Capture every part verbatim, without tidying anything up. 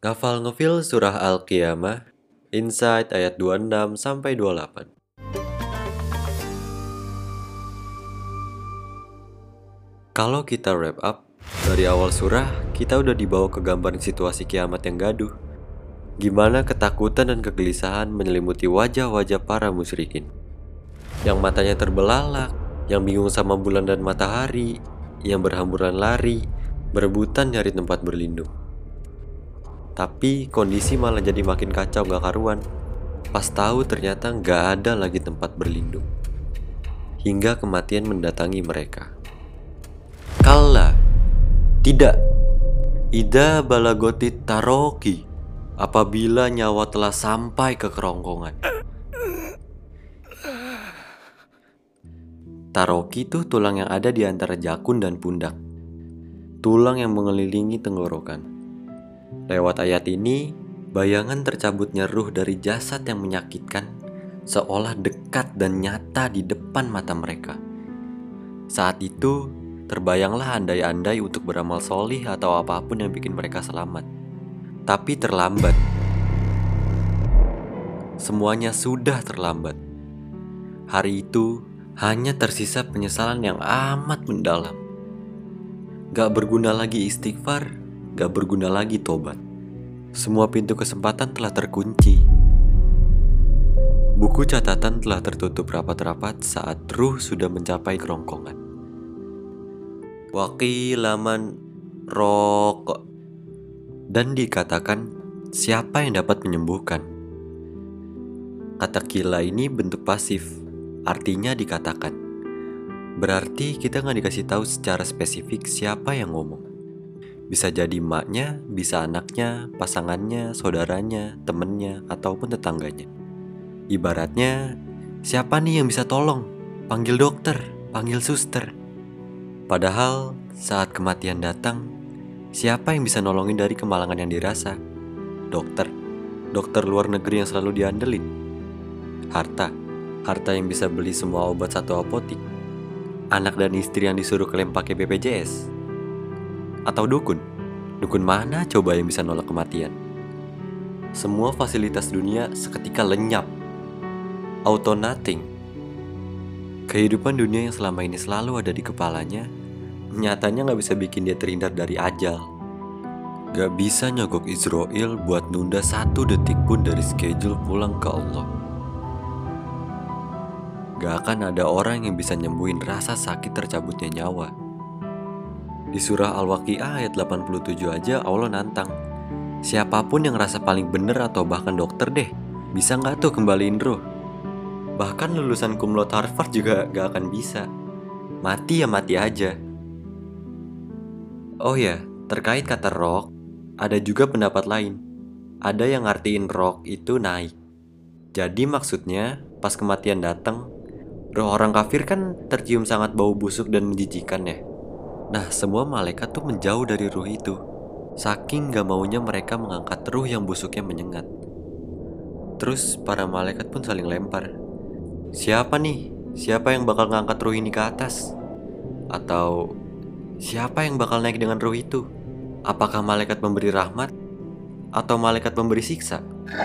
Ngafal ngefil surah Al-Qiyamah, Insight ayat dua puluh enam sampai dua puluh delapan. Kalau kita wrap up, dari awal surah, kita udah dibawa ke gambaran situasi kiamat yang gaduh. Gimana ketakutan dan kegelisahan menyelimuti wajah-wajah para musyrikin. Yang matanya terbelalak, yang bingung sama bulan dan matahari, yang berhamburan lari, berebutan nyari tempat berlindung. Tapi kondisi malah jadi makin kacau gak karuan. Pas tahu ternyata gak ada lagi tempat berlindung. Hingga kematian mendatangi mereka. Kalla, tidak. Ida balagotit taroki, apabila nyawa telah sampai ke kerongkongan. Taroki itu tulang yang ada di antara jakun dan pundak. Tulang yang mengelilingi tenggorokan. Lewat ayat ini, bayangan tercabutnya ruh dari jasad yang menyakitkan seolah dekat dan nyata di depan mata mereka. Saat itu, terbayanglah andai-andai untuk beramal solih atau apapun yang bikin mereka selamat. Tapi terlambat. Semuanya sudah terlambat. Hari itu hanya tersisa penyesalan yang amat mendalam. Gak berguna lagi istighfar, gak berguna lagi tobat. Semua pintu kesempatan telah terkunci. Buku catatan telah tertutup rapat-rapat saat ruh sudah mencapai kerongkongan. Waqilaman rokok. Dan dikatakan, siapa yang dapat menyembuhkan? Kata kila ini bentuk pasif, artinya dikatakan. Berarti kita gak dikasih tahu secara spesifik siapa yang ngomong. Bisa jadi emaknya, bisa anaknya, pasangannya, saudaranya, temennya, ataupun tetangganya. Ibaratnya, siapa nih yang bisa tolong? Panggil dokter, panggil suster. Padahal, saat kematian datang, siapa yang bisa nolongin dari kemalangan yang dirasa? Dokter, dokter luar negeri yang selalu diandelin. Harta, harta yang bisa beli semua obat satu apotik. Anak dan istri yang disuruh klaim pakai B P J S. Atau dukun? Dukun mana coba yang bisa nolak kematian? Semua fasilitas dunia seketika lenyap. Auto nothing. Kehidupan dunia yang selama ini selalu ada di kepalanya, nyatanya gak bisa bikin dia terhindar dari ajal. Gak bisa nyogok Israel buat nunda satu detik pun dari schedule pulang ke Allah. Gak akan ada orang yang bisa nyembuhin rasa sakit tercabutnya nyawa. Di surah Al-Waqi'ah ayat delapan puluh tujuh aja Allah nantang. Siapapun yang rasa paling bener atau bahkan dokter deh, bisa gak tuh kembaliin ruh? Bahkan lulusan kumlot Harvard juga gak akan bisa. Mati ya mati aja. Oh ya, terkait kata roh, ada juga pendapat lain. Ada yang ngartiin roh itu naik. Jadi maksudnya pas kematian datang, roh orang kafir kan tercium sangat bau busuk dan menjijikan ya. Nah, semua malaikat tuh menjauh dari ruh itu. Saking gak maunya mereka mengangkat ruh yang busuknya menyengat. Terus para malaikat pun saling lempar. Siapa nih? Siapa yang bakal ngangkat ruh ini ke atas? Atau siapa yang bakal naik dengan ruh itu? Apakah malaikat pemberi rahmat? Atau malaikat pemberi siksa?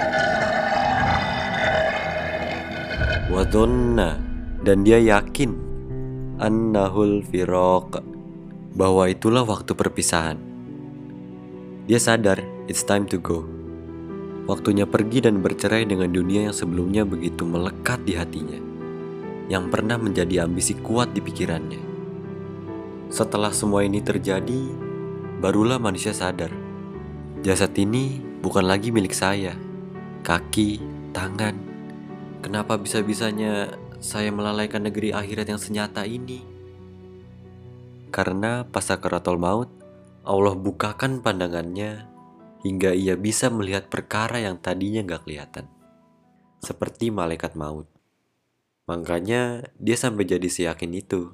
Wadonna, dan dia yakin annahul firaq, bahwa itulah waktu perpisahan. Dia sadar, it's time to go. Waktunya pergi dan bercerai dengan dunia yang sebelumnya begitu melekat di hatinya, yang pernah menjadi ambisi kuat di pikirannya. Setelah semua ini terjadi, barulah manusia sadar, jasad ini bukan lagi milik saya. Kaki, tangan, kenapa bisa-bisanya saya melalaikan negeri akhirat yang senyata ini? Karena pas sakaratul maut, Allah bukakan pandangannya hingga ia bisa melihat perkara yang tadinya gak kelihatan. Seperti malaikat maut. Makanya dia sampai jadi seyakin itu.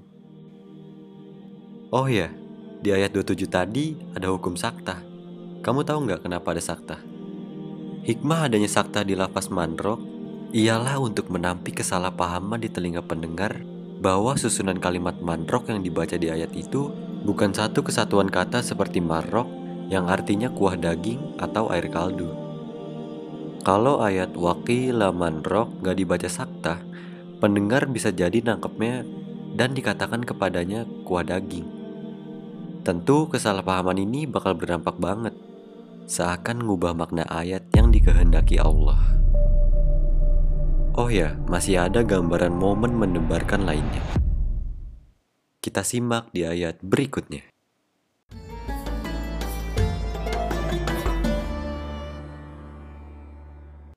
Oh ya, di ayat dua puluh tujuh tadi ada hukum saktah. Kamu tahu gak kenapa ada saktah? Hikmah adanya saktah di lafaz manrok ialah untuk menampi kesalahpahaman di telinga pendengar bahwa susunan kalimat manrok yang dibaca di ayat itu bukan satu kesatuan kata seperti marrok yang artinya kuah daging atau air kaldu. Kalau ayat waqila man raq gak dibaca sakta, pendengar bisa jadi nangkepnya dan dikatakan kepadanya kuah daging. Tentu kesalahpahaman ini bakal berdampak banget, seakan ngubah makna ayat yang dikehendaki Allah. Oh ya, masih ada gambaran momen mendebarkan lainnya. Kita simak di ayat berikutnya.